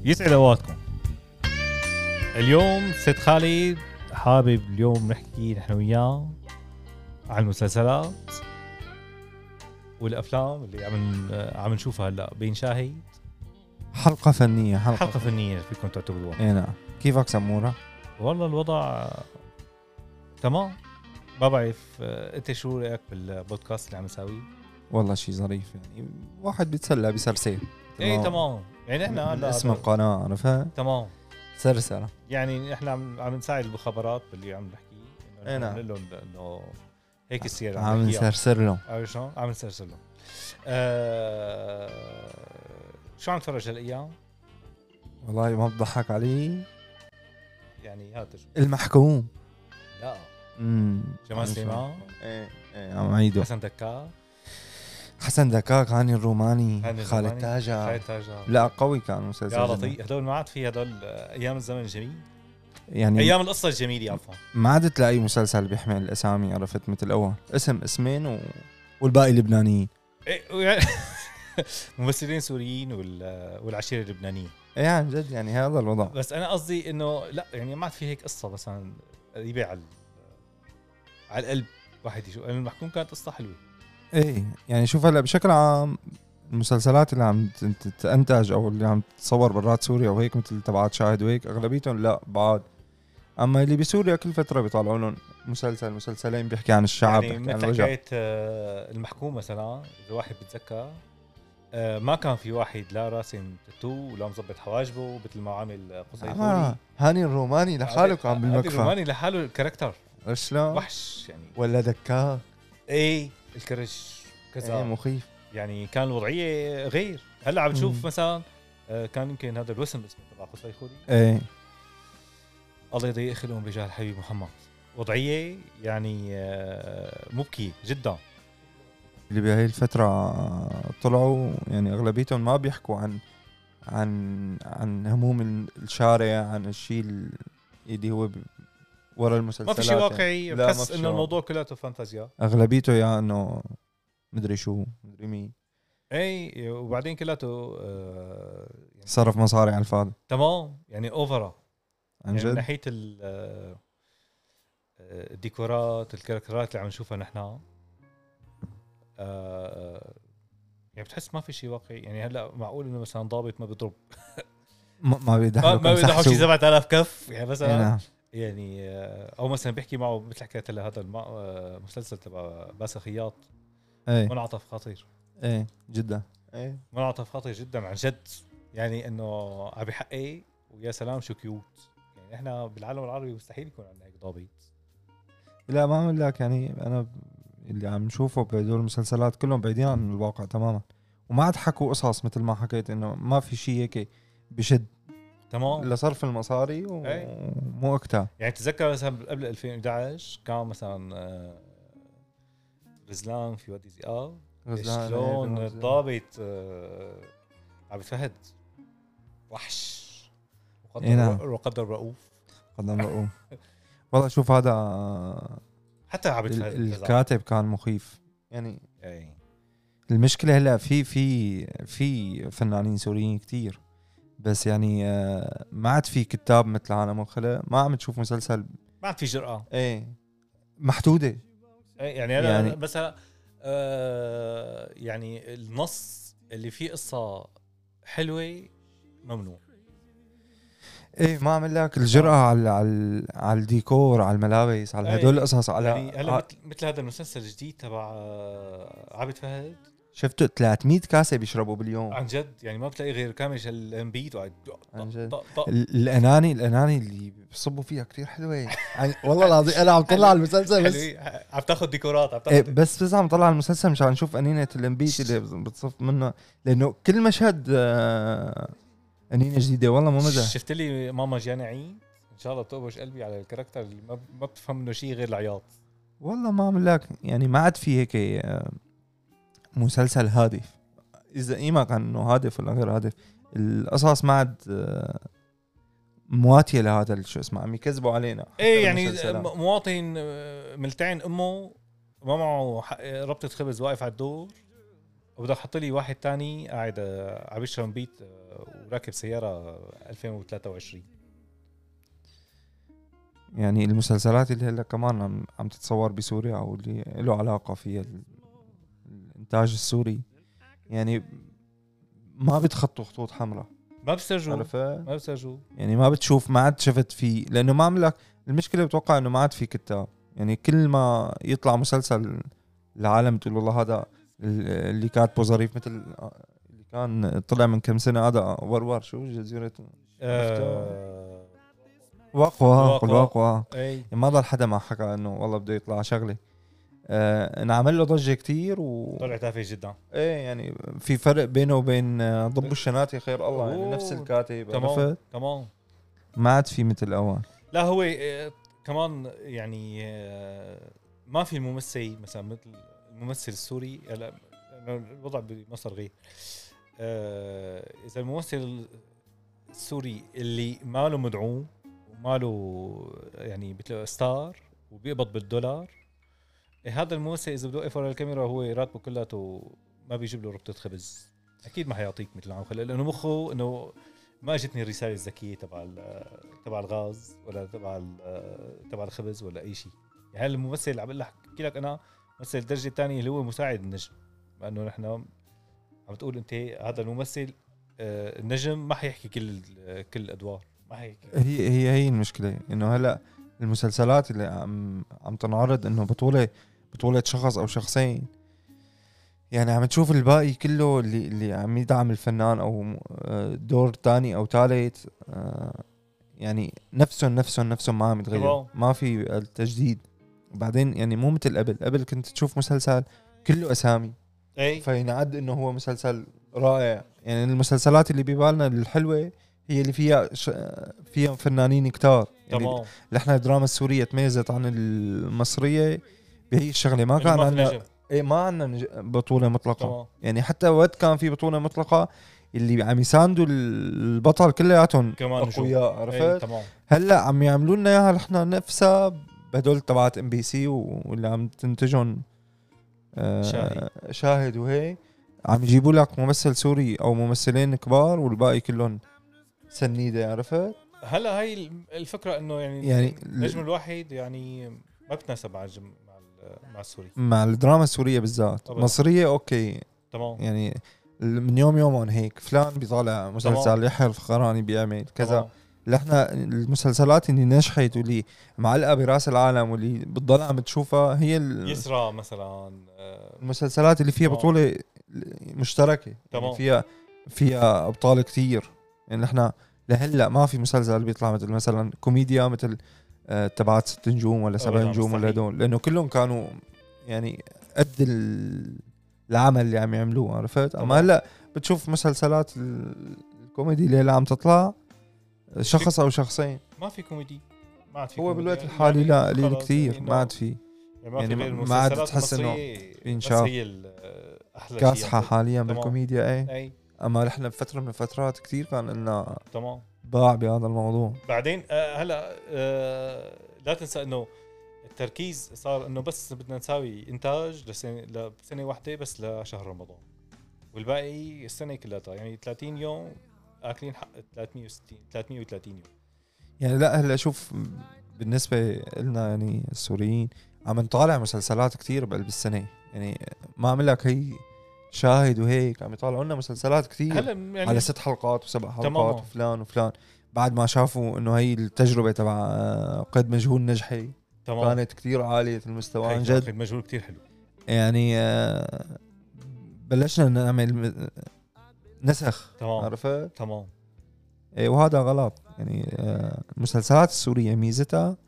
يسعد اوقاتكم. اليوم ست خالد حابب اليوم نحكي نحن وياه عن المسلسلات والافلام اللي عم نشوفها هلا بينشاهد. حلقة فنية حلقة فنية فيكم تعتبروها. اي نعم. كيفك سمورة؟ والله الوضع تمام. ما بعرف انت شو رايك بالبودكاست اللي عم نساويه؟ والله شيء ظريف، يعني واحد بيتسلى بسرسير. ايه تمام. يعني احنا هلا اسم القناة عرفها تمام. سرسرة. يعني احنا عم نساعد المخابرات باللي عم نحكي. اي نعم. نقول لهم انه هيك السير عم نسرسر لهم. عارف شلون؟ عم نسرسر لهم. شو عم تفرج هالايام؟ والله ما بضحك علي. يعني هات شو المحكوم. لا جمال سليمان. ايه عم عيدو. حسن دكاك هاني الروماني. خالد تاجا. لا قوي كان مسلسل. يا لطيف. هدول ما عاد في هدول ايام الزمن الجميل، يعني ايام القصه الجميله. عفوا ما عاد تلاقي مسلسل بيحمل الاسامي، عرفت؟ مثل اول اسمين والباقي لبنانيين. ممثلين سوريين والعشيره اللبنانيه. ايه عن جد، يعني هذا الوضع. بس انا قصدي انه لا، يعني ما عاد في هيك قصه مثلا يبيع على القلب واحد يشوف. المحكوم كانت قصه حلوه. ايه يعني شوف هلا بشكل عام المسلسلات اللي عم تنتج او اللي عم تصور برات سوريا وهيك مثل تبعات شاهد وهيك اغلبيتهم لا بعض. اما اللي بسوريا كل فتره بيطلعوا لهم مسلسلين بيحكي عن الشعب، يعني بيحكي عن مثل الوجع. حكايه المحكوم مثلا، اذا واحد بتذكر ما كان في واحد لا راسم تاتو ولا مظبط حواجبه مثل ما عامل قصي خوري. هاني الروماني لحاله كان بالمكفى. هاني الروماني لحاله الكاركتر شلون وحش يعني. ولا دكاك. ايه الكرش كذا. ايه مخيف. يعني كان الوضعيه غير. هلا عم تشوف مثلا كان يمكن هذا الوسم اسمه تبع قصي خوري. ايه الله يضيق خلقهم بجاه الحبيب محمد. وضعيه يعني مبكي جدا. اللي بهاي الفترة طلعوا يعني أغلبيتهم ما بيحكوا عن هموم الشارع، عن الشيء اللي هو ورا المسلسلات. ما في شيء واقعي. يعني بحس إنه الموضوع كله فانتازيا أغلبيته، يا إنه مدري شو مدري مين. أي وبعدين كلاته يعني صرف مصاري على الفاضي. تمام. يعني أوفرا عن جد. يعني من ناحية الديكورات الكاركترات اللي عم نشوفها نحن. يعني بتحس ما في شيء واقعي. يعني هلا معقول انه مثلا ضابط ما بيضرب ما بيضحك شيء 7000 كف يعني مثلا. إيه يعني او مثلا بيحكي معه مثل حكيت له هذا المسلسل تبع باسل خياط. ايه منعطف خطير. ايه جدا. ايه منعطف خطير جدا عن جد. يعني انه عم بيحقق ويا سلام شو كيوت. يعني احنا بالعالم العربي مستحيل يكون عندنا هيك ضابط. لا ما اقول لك، يعني انا اللي عم نشوفه بهدول المسلسلات كلهم بعيدين عن الواقع تماما، وما عاد حكوا قصص مثل ما حكيت انه ما في شيء هيك بشد تمام لصرف المصاري ومو اكتر. يعني تذكر مثلا قبل 2011 كان مثلا غزلان في وادي ذئاب. شلون الضابط عبد الفهد وحش وقدر رؤوف. والله شوف هذا حتى عبد الفهد الكاتب كان مخيف يعني. المشكلة هلا في فنانين سوريين كتير، بس يعني ما عاد في كتاب مثل عالم الخلق. ما عم تشوف مسلسل، ما عاد في جرأة. ايه محدودة. يعني أنا يعني مثلا يعني النص اللي فيه قصة حلوة ممنوع. ايه ما عمل لك الجرأة على الديكور، على الملابس، على هدول القصص. على يعني هلا مثل هذا المسلسل الجديد تبع عبد فهد، شفته 300 كاسة بيشربوا باليوم عن جد. يعني ما بتلاقي غير كامل الانبيت عن جد. الاناني اللي بيصبوا فيها كتير حلوة يعني والله العظيم. انا عم طلع على المسلسل بس عم تاخذ ديكورات عم تاخذ بس عم طلع على المسلسل مشان نشوف انينة الانبيت اللي بتصف منه، لانه كل مشهد انينة جديدة. والله ما مزح. شفت لي ماما جانا عيد ان شاء الله بتقبش قلبي على الكاركتر اللي ما بتفهم منه شيء غير العياط. والله ما عمل لك، يعني ما عاد في هيك مسلسل هادف. اذا ما كان انه هادف ولا غير هادف، القصص ما عاد مواتية لهذا شو اسمه عم يكذبوا علينا. ايه يعني مواطن ملتعن امه ما معه ربطة خبز واقف على الدور وبدك تحط لي واحد تاني قاعد عم يشرب بيت وراكب سيارة 2023. يعني المسلسلات اللي هلا كمان عم تتصور بسوريا او اللي له علاقة في الانتاج السوري، يعني ما بتخطوا خطوط حمراء، ما بسجلوا عرفت؟ ما بسجلوا يعني ما بتشوف، ما عاد شفت فيه، لانه ما عملك المشكله. بتوقع انه ما عاد في كتاب، يعني كل ما يطلع مسلسل العالم تقول والله هذا اللي كاتبه ظريف، مثل اللي كان طلع من كم سنه هذا ورور شو جزيره واقوى الواقوى. اي يعني ما ضل حدا ما حكى انه والله بده يطلع شغله. انعمل له ضجه كتير طلع تافه جدا. ايه يعني في فرق بينه وبين ضب الشناتي خير الله، يعني نفس الكاتب، عرفت؟ تمام ما عاد في مثل اول. لا هو كمان يعني ما في الممثل مثلا مثل الممثل السوري. لا الوضع بمصر غير. اذا الممثل السوري اللي ماله مدعوم وماله يعني مثل ستار وبيقبض بالدولار، هذا الممثل اذا بده يقف ورا الكاميرا هو راتبه كلته ما بيجيب له ربطه خبز، اكيد ما حيعطيك مثل عم خلق، لانه مخه انه ما اجتني الرساله الذكيه تبع الغاز ولا تبع الخبز ولا اي شيء. يعني الممثل اللي عم بقول لك احكي لك انا ممثل الدرجه الثانيه اللي هو مساعد النجم، لانه نحن عم تقول انت هذا الممثل النجم ما حيحكي كل الادوار، ما حيحكي. هي المشكله، انه هلا المسلسلات اللي عم تنعرض انه بطوله شخص او شخصين، يعني عم تشوف الباقي كله اللي عم يدعم الفنان او دور تاني او ثالث، يعني نفسهم ما عم يتغير، ما في التجديد. وبعدين يعني مو مثل قبل كنت تشوف مسلسل كله اسامي فينعد انه هو مسلسل رائع. يعني المسلسلات اللي ببالنا الحلوه هي اللي فيها فنانين كتار، يعني اللي احنا الدراما السوريه تميزت عن المصريه بهي الشغله، ما كان عندنا ما عندنا بطوله مطلقه. يعني حتى وقت كان في بطوله مطلقه اللي عم يساندوا البطل كلياتهم اقوياء، عرفت؟ هلا عم يعملوا لنا اياها احنا نفسها بهدول تبعات ام بي سي واللي عم تنتجهم شاهد وهيك، عم يجيبوا لك ممثل سوري او ممثلين كبار والباقي كلهم سنيده، عرفت؟ هلا هاي الفكره انه يعني النجم الواحد يعني ما بتناسب مع السوري، مع الدراما السوريه بالذات. مصريه اوكي تمام، يعني من يوم هيك فلان بيطالع مسلسل، يحيى الفخراني بيعمل كذا. احنا المسلسلات اللي نجحت واللي معلقه براس العالم واللي بتضل عم تشوفها هي يسرى مثلا، المسلسلات اللي فيها بطوله مشتركه، يعني فيها ابطال كتير. يعني احنا لهلا ما في مسلسل بيطلع مثلا كوميديا مثل تبعات 6 نجوم ولا 7 نجوم ولا هدول، لانه كلهم كانوا يعني قد العمل اللي عم يعملوه، عرفت؟ اما هلا بتشوف مسلسلات الكوميدي اللي هلا عم تطلع شخص او شخصين، ما في كوميدي، ما عاد في هو بالوقت الحالي يعني لا قليل كثير، يعني ما عاد في، يعني ما عاد تحس انه بينشاف احلى كاسحه حاليا بالكوميديا. اي اما احنا بفتره من الفترات كثير كان لنا تمام باع بهذا الموضوع. بعدين هلا لا تنسى انه التركيز صار انه بس بدنا نساوي انتاج لسنه واحده بس لشهر رمضان، والباقي السنه كلها يعني 30 يوم اكلين حق 330 يوم. يعني لا هلا شوف بالنسبه لنا يعني السوريين عم نطالع مسلسلات كتير بقلب السنه، يعني ما عمل لك هي شاهد وهيك عم يطالعوا لنا مسلسلات كتير يعني على 6 حلقات و7 حلقات وفلان بعد ما شافوا انه هي التجربه تبع قيد مجهول نجحي كانت كتير عاليه المستوى عن جد. قيد مجهول كتير حلو، يعني بلشنا نعمل نسخ، عرفت؟ تمام. وهذا غلط. يعني المسلسلات السورية ميزتها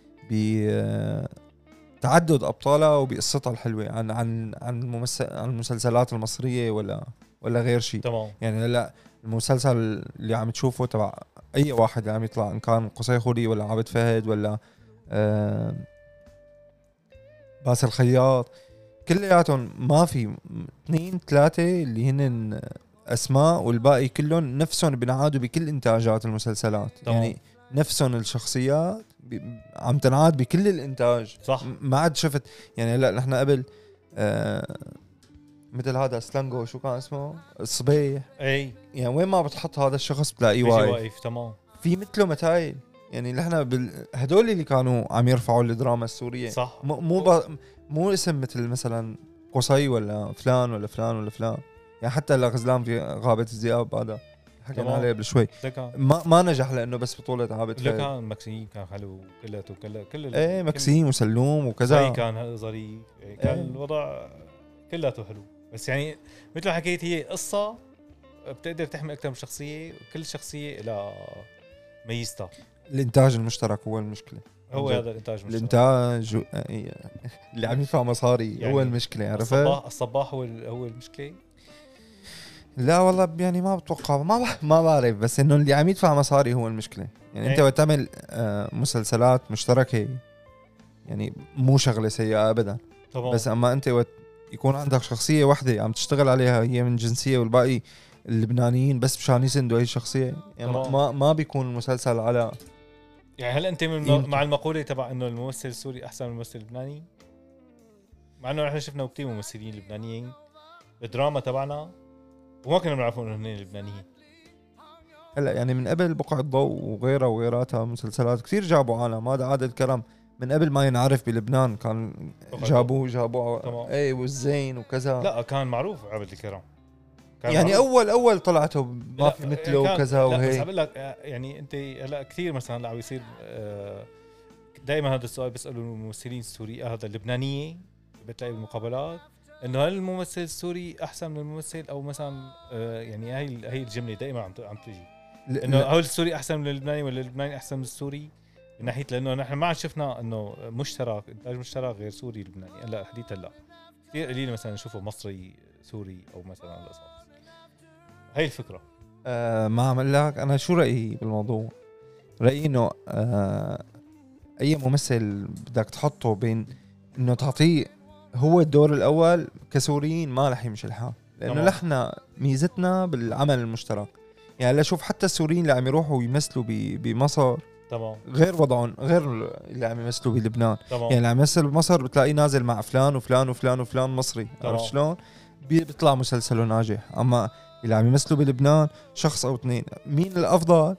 بتعدد أبطالها وبقصتها الحلوة عن المسلسلات المصرية ولا غير شيء. يعني لا المسلسل اللي عم تشوفه تبع أي واحد اللي عم يطلع، إن كان قصي خوري ولا عابد فهد ولا باسل الخياط، كلياتهم ما في 2-3 اللي هن اسماء والباقي كلهم نفسهم بنعادوا بكل انتاجات المسلسلات. يعني نفسهم الشخصيات عم تنعاد بكل الانتاج، صح. ما عاد شفت يعني لا نحن قبل مثل هذا سلانجو شو كان اسمه الصبيح. اي يعني وين ما بتحط هذا الشخص بتلاقيه بيجي واقف. واقف تمام. في مثله متايل يعني نحن هدول اللي كانوا عم يرفعوا الدراما السورية. صح. مو اسم مثل مثلا قصي ولا فلان ولا فلان ولا فلان. يعني حتى الغزلان في غابة الذئاب هذا حكينا عليه قبل شوي ما نجح لانه بس بطولة عابد فهد. كان مكسيم كان حلو كل ايه مكسيم وسلوم وكذا. كان ظريف كان الوضع كلته حلو. بس يعني مثل ما حكيت هي قصة بتقدر تحمل أكثر من شخصية وكل شخصية لها ميزتها. الانتاج المشترك هو المشكلة. هو هذا الانتاج الانتاج اللي عم يدفع مصاري يعني هو المشكلة. عرفت الصباح هو المشكلة. لا والله يعني ما بتوقع ما بعرف بس انه اللي عم يدفع مصاري هو المشكلة. يعني انت وقت تعمل مسلسلات مشتركة يعني مو شغلة سيئة ابدا طبعا. بس اما انت وقت يكون عندك شخصية واحدة عم تشتغل عليها هي من جنسية والباقي اللبنانيين بس مشان يسندوا هي الشخصية يعني ما بيكون المسلسل على يعني هل انت مع المقولة تبع انه الممثل السوري احسن من الممثل اللبناني؟ مع انه احنا شفنا كتير ممثلين لبنانيين بالدراما تبعنا وما كنا بنعرفوا انه هن لبنانيين. هلا يعني من قبل بقعة ضوء وغيرها وغيراتها مسلسلات كتير جابوا عالم. هذا عادل كرم من قبل ما ينعرف بلبنان كان جابوه اي والزين وكذا. لا كان معروف عبد الكرم يعني معروف. اول طلعته ما في مثله وكذا وهي. بس بقول لك يعني انت هلا كثير مثلا عم يصير دائما هذا السؤال بيسالوا الممثلين السوريين هذا اللبنانيه بتلاقي بالمقابلات انه هل الممثل السوري احسن من الممثل او مثلا يعني هي الجمله دائما عم تيجي انه هل السوري احسن من اللبناني ولا اللبناني احسن من السوري من ناحيه لانه نحن ما شفنا انه مشترك انتاج مشترك غير سوري لبناني. لا حديثا لا كثير قليل مثلا نشوفه مصري سوري او مثلا القصص. هاي الفكره. ما عمل لك انا شو رايي بالموضوع. رايي انه اي ممثل بدك تحطه بين انه تعطيه هو الدور الاول كسوريين ما رح يمشي الحال لانه نحن ميزتنا بالعمل المشترك. يعني لا شوف حتى السوريين اللي عم يروحوا يمثلوا بمصر تمام غير وضعهم غير اللي عم يمثلوا بلبنان. يعني اللي عم يمثل بمصر بتلاقيه نازل مع فلان وفلان وفلان وفلان مصري. عرفت شلون بيطلع مسلسله ناجح. اما اللي عم يمثلوا بلبنان شخص او اثنين. مين الافضل؟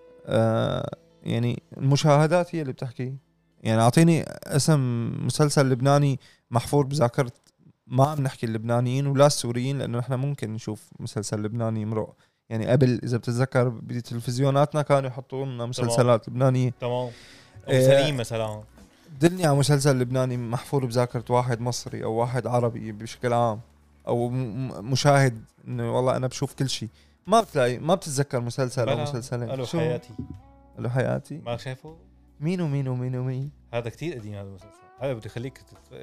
يعني المشاهدات هي اللي بتحكي. يعني اعطيني اسم مسلسل لبناني محفور بذاكرة. ما عم نحكي اللبنانيين ولا السوريين لانه احنا ممكن نشوف مسلسل لبناني يمرق. يعني قبل اذا بتتذكر بتلفزيوناتنا كانوا يحطوا لنا مسلسلات لبنانية تمام سليم مثلا. دلني على مسلسل لبناني محفور بذاكرة واحد مصري او واحد عربي بشكل عام او مشاهد انه والله انا بشوف كل شيء. ما بتلاقي ما بتتذكر مسلسل او مسلسلين. الو حياتي ما شايفه مين هذا كتير قديم. هذا المسلسل هذا بدي خليك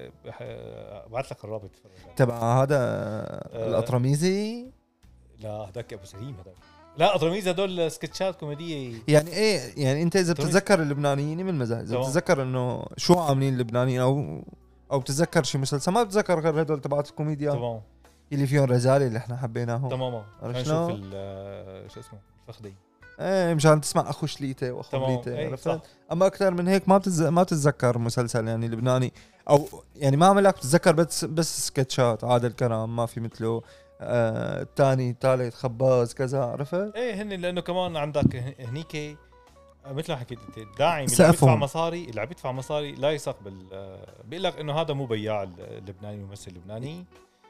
ابعث لك الرابط تبع هذا الأطرميزي. لا هذاك ابو سليم. هذاك لا أطرميزي هدول سكتشات كوميديه. يعني ايه يعني انت اذا بتتذكر اللبنانيين من المزاج اذا بتتذكر انه شو عاملين اللبنانيين او بتتذكر شي مسلسل ما بتتذكر غير هدول تبعات الكوميديا تمام اللي فيهم رزالي اللي احنا حبيناهم تماما. نشوف شو اسمه الفخدي ايه مشان تسمع اخو شليته واخو بليته. عرفت. اما اكثر من هيك ما بتتذكر مسلسل يعني لبناني او يعني ما عمل لك بتتذكر بس سكتشات عادل كرم ما في مثله الثاني ثالث خباز كذا. عرفت. ايه هن لانه كمان عندك هنيك مثل ما حكيت انت الداعم اللي عم يدفع مصاري لا يستقبل بيقول لك انه هذا مو بياع اللبناني ممثل لبناني.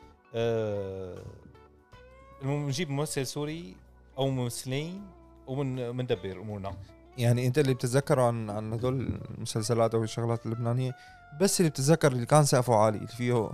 نجيب ممثل سوري او ممثلين ومندبر امورنا. يعني انت اللي بتتذكره عن هدول المسلسلات او الشغلات اللبنانيه بس اللي بتتذكر اللي كان سقفه عالي اللي فيه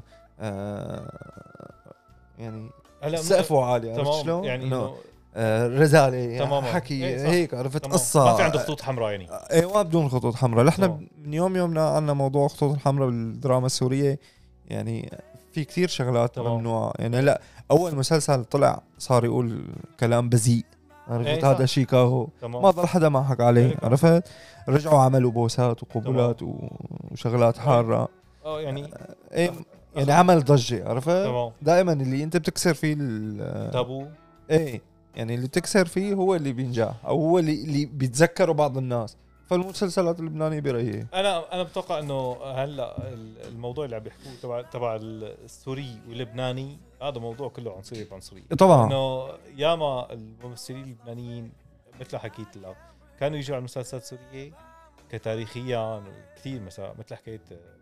يعني سقفه عالي. عرفت شلون يعني انه رزالة حكي هيك. عرفت قصة ما في عنده خطوط حمراء يعني ايوه بدون خطوط حمراء. نحن من يومنا عندنا موضوع خطوط الحمراء بالدراما السورية. يعني في كتير شغلات ممنوعة. يعني لا اول مسلسل طلع صار يقول كلام بذيء. عرفت هذا شيكاغو ما ضل حدا ما حكى عليه. عرفت. رجعوا عملوا بوسات وقبلات وشغلات حارة يعني يعني عمل ضجة. عرفت. دائما اللي انت بتكسر فيه التابو ايه يعني اللي بتكسر فيه هو اللي بينجح او هو اللي بيتذكروا بعض الناس. فالمسلسلات اللبنانية برأيي انا بتوقع انه هلا الموضوع اللي عم بيحكوه تبع السوري واللبناني هذا موضوع كله عنصريه بعنصريه طبعا انه ياما الممثلين اللبنانيين مثل حكيت لك كانوا يجوا على المسلسلات السوريه كتاريخيا كثير مثل حكايه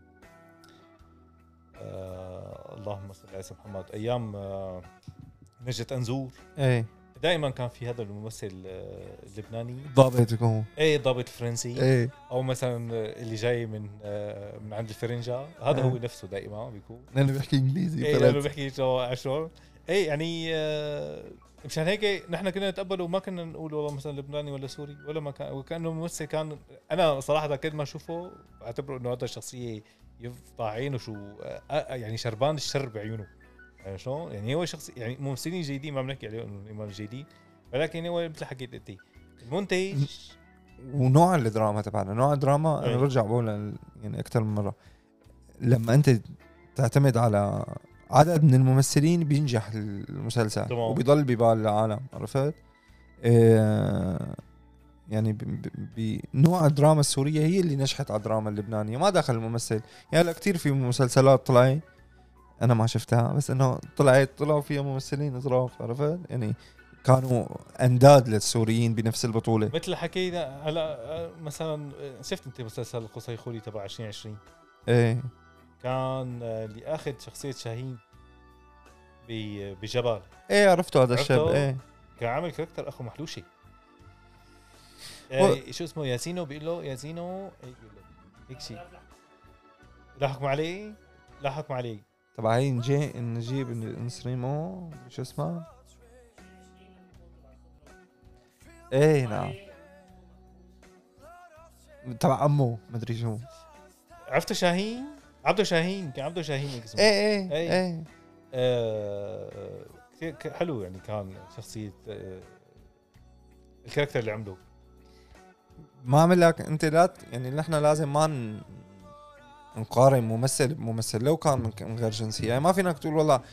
اللهم صل على سيدنا محمد ايام نجة انزور ايه دائما كان في هذا الممثل اللبناني ضابط يكون ايه ضابط الفرنسي ايه او مثلا اللي جاي من عند الفرنجة هذا هو نفسه دائما بيكون لانه بيحكي انجليزي ايه لانه بيحكي شو ايه يعني مشان هيك نحن كنا نتقبل وما كنا نقول والله مثلا لبناني ولا سوري ولا ما كان وكانه ممثل كان انا صراحه كل ما اشوفه اعتبره انه هذا الشخصيه يفضح عينه شو يعني شربان الشر بعيونه يعني شلون يعني هو شخص يعني ممثلين جيدين ما بنحكي عليهم انه جيدين ولكن هو مثل حكيت انت المنتج ونوع الدراما تبعنا نوع الدراما انا برجع بقول يعني اكثر من مره لما انت تعتمد على عدد من الممثلين بينجح المسلسل طبعا. وبيضل ببال العالم عرفت يعني بنوع الدراما السورية هي اللي نجحت على الدراما اللبنانية ما دخل الممثل يعني لا كتير في مسلسلات طلعت أنا ما شفتها بس إنه طلعوا فيها ممثلين ظراف عرفت يعني كانوا أنداد للسوريين بنفس البطولة مثل حكينا هلا مثلا شفت أنت مسلسل القصي خولي تبع 2020 إيه كان اللي أخذ شخصية شاهين بجبل إيه عرفته هذا الشاب إيه كان عامل كاركتر أخو محلوشي شو اسمه ياسينو بيقول له ياسينو هيك شيء لاحقوا عليه طبعا هي نجيب نسريمو شو اسمه ايه نعم تبع امه مدري شو عرفته شاهين عبده شاهين اسمه ايه كثير حلو يعني كان شخصية الكاركتر اللي عمله ما عمل لك انت لا يعني نحن لازم ما نقارن ممثل بممثل لو كان من غير جنسية يعني ما فينك تقول والله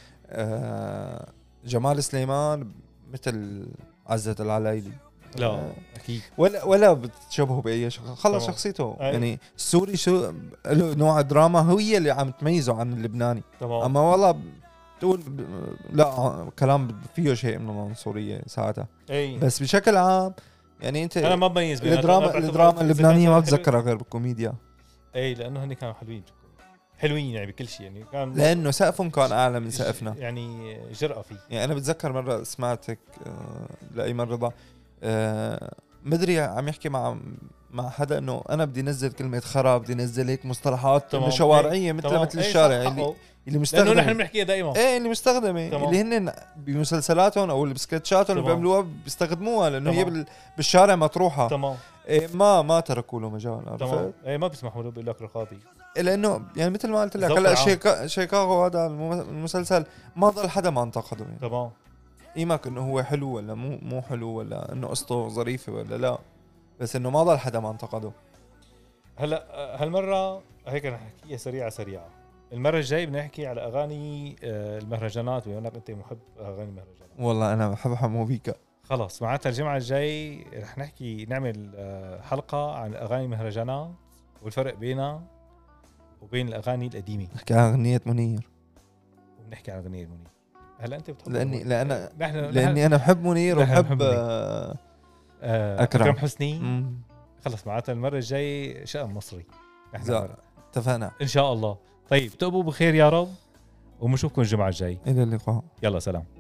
جمال سليمان مثل عزت العلايلي لا اكيد ولا بتشبهه باي خلص شخصيته يعني السوري شو له نوع دراما هي اللي عم تميزه عن اللبناني طبعا. اما والله تقول لا كلام فيه شيء من العنصرية ساعتها بس بشكل عام يعني انت انا ما بميز بين الدراما اللبنانية ما بتذكرها غير بالكوميديا لانه هن كانوا حلوين يعني بكل شيء يعني كان لانه سقفهم كان اعلى من سقفنا يعني جرأة فيه يعني انا بتذكر مرة سمعتك لأيمن رضا مدري عم يحكي مع حدا انه انا بدي انزل كلمة خراب بدي انزل هيك مصطلحات شوارعية مثل الشارع اللي مستخدمه لانه نحن بنحكيها دائما اللي مستخدمه اللي هن بمسلسلاتهم او بسكتشاتهم اللي بيعملوها بيستخدموها لانه هي بالشارع مطروحه تمام ما تركوا له مجال عرفت ما بيسمحوا له بيقول لك رقابي لانه يعني مثل ما قلت لك هلا شيكاغو هذا المسلسل ما ضل حدا ما انتقده يعني تمام ايمك انه هو حلو ولا مو حلو ولا انه قصته ظريفه ولا لا بس انه ما ضل حدا ما انتقده هلا هالمره هيك نحكيها سريعه المره الجاي بنحكي على اغاني المهرجانات بما انك انت محب اغاني المهرجانات والله انا بحب حمو بيكا خلاص معناتها الجمعه الجاي رح نعمل حلقه عن اغاني المهرجانات والفرق بينها وبين الاغاني القديمه نحكي عن اغنيه منير وبنحكي عن اغنيه منير هلا انت بتحب لاني انا بحب منير وبحب اكرم حسني خلص معناتها المره الجاي شأن مصري اتفقنا ان شاء الله طيب تقبوا بخير يا رب وبنشوفكم الجمعه الجاي الى اللقاء يلا سلام